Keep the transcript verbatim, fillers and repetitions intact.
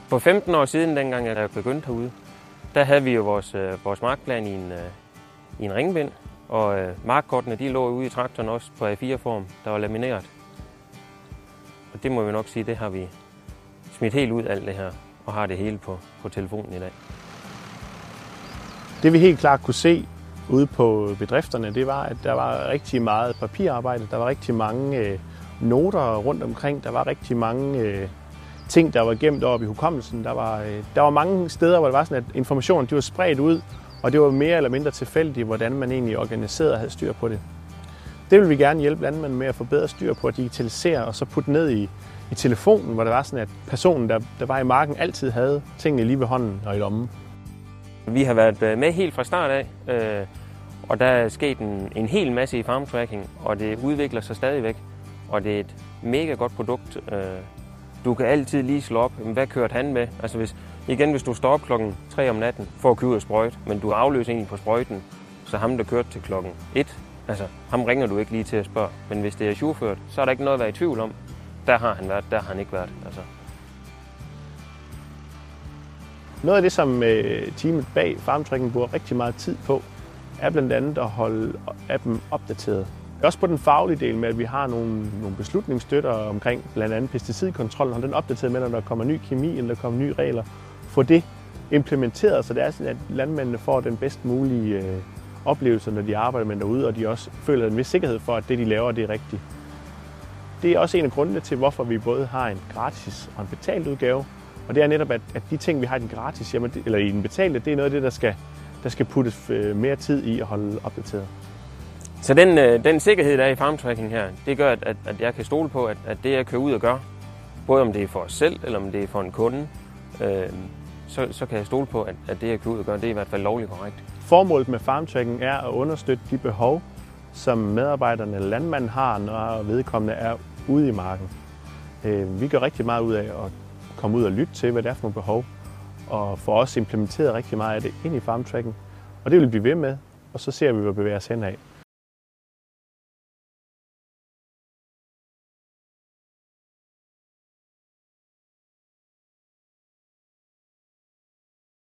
For femten år siden, dengang jeg begyndte herude, der havde vi jo vores, vores markplan i en, i en ringbind, og markkortene de lå ude i traktoren også på A fire form, der var lamineret. Og det må vi nok sige, det har vi smidt helt ud alt det her, og har det hele på, på telefonen i dag. Det vi helt klart kunne se ude på bedrifterne, det var, at der var rigtig meget papirarbejde, der var rigtig mange øh, noter rundt omkring, der var rigtig mange øh, ting, der var gemt oppe i hukommelsen. Der var, øh, der var mange steder, hvor det var sådan, at informationen de var spredt ud, og det var mere eller mindre tilfældigt, hvordan man egentlig organiserede og havde styr på det. Det vil vi gerne hjælpe landmænd med at få bedre styr på at digitalisere, og så putte ned i, i telefonen, hvor det var sådan, at personen, der, der var i marken, altid havde tingene lige ved hånden og i lommen. Vi har været med helt fra start af, øh, og der er sket en, en hel masse i farmtracking, og det udvikler sig stadigvæk, og det er et mega godt produkt. Øh, du kan altid lige slå op, hvad kørte han med? Altså hvis, igen, hvis du står op klokken tre om natten for at køre ud og sprøjte, men du afløser egentlig på sprøjten, så ham, der kørte til klokken et, altså ham ringer du ikke lige til at spørge. Men hvis det er ajourført, så er der ikke noget at være i tvivl om. Der har han været, der har han ikke været. Altså. Noget af det, som øh, teamet bag farmtracking bruger rigtig meget tid på, er blandt andet at holde appen opdateret. Også på den faglige del med, at vi har nogle, nogle beslutningsstøtter omkring blandt andet pesticidkontrollen, holde den opdateret med, når der kommer ny kemi eller der kommer nye regler. Få det implementeret, så det er sådan, at landmændene får den bedst mulige øh, oplevelse, når de arbejder med derude, og de også føler en vis sikkerhed for, at det, de laver, det er rigtigt. Det er også en af grundene til, hvorfor vi både har en gratis og en betalt udgave. Og det er netop, at, at de ting, vi har i den gratis, jamen, eller i den betalte, det er noget af det, der skal, der skal puttes mere tid i at holde opdateret. Så den, den sikkerhed, der er i farmtracking her, det gør, at, at jeg kan stole på, at, at det, jeg kører ud og gør, både om det er for os selv, eller om det er for en kunde, øh, så, så kan jeg stole på, at, at det, jeg kører ud og gør, det er i hvert fald lovligt korrekt. Formålet med farmtracking er at understøtte de behov, som medarbejderne eller landmanden har, når vedkommende er ude i marken. Øh, vi gør rigtig meget ud af at komme ud og lytte til, hvad det er for nogle behov, og få også implementeret rigtig meget af det ind i farmtracking. Og det vil vi blive ved med, og så ser vi, hvad vi bevæger os hen af.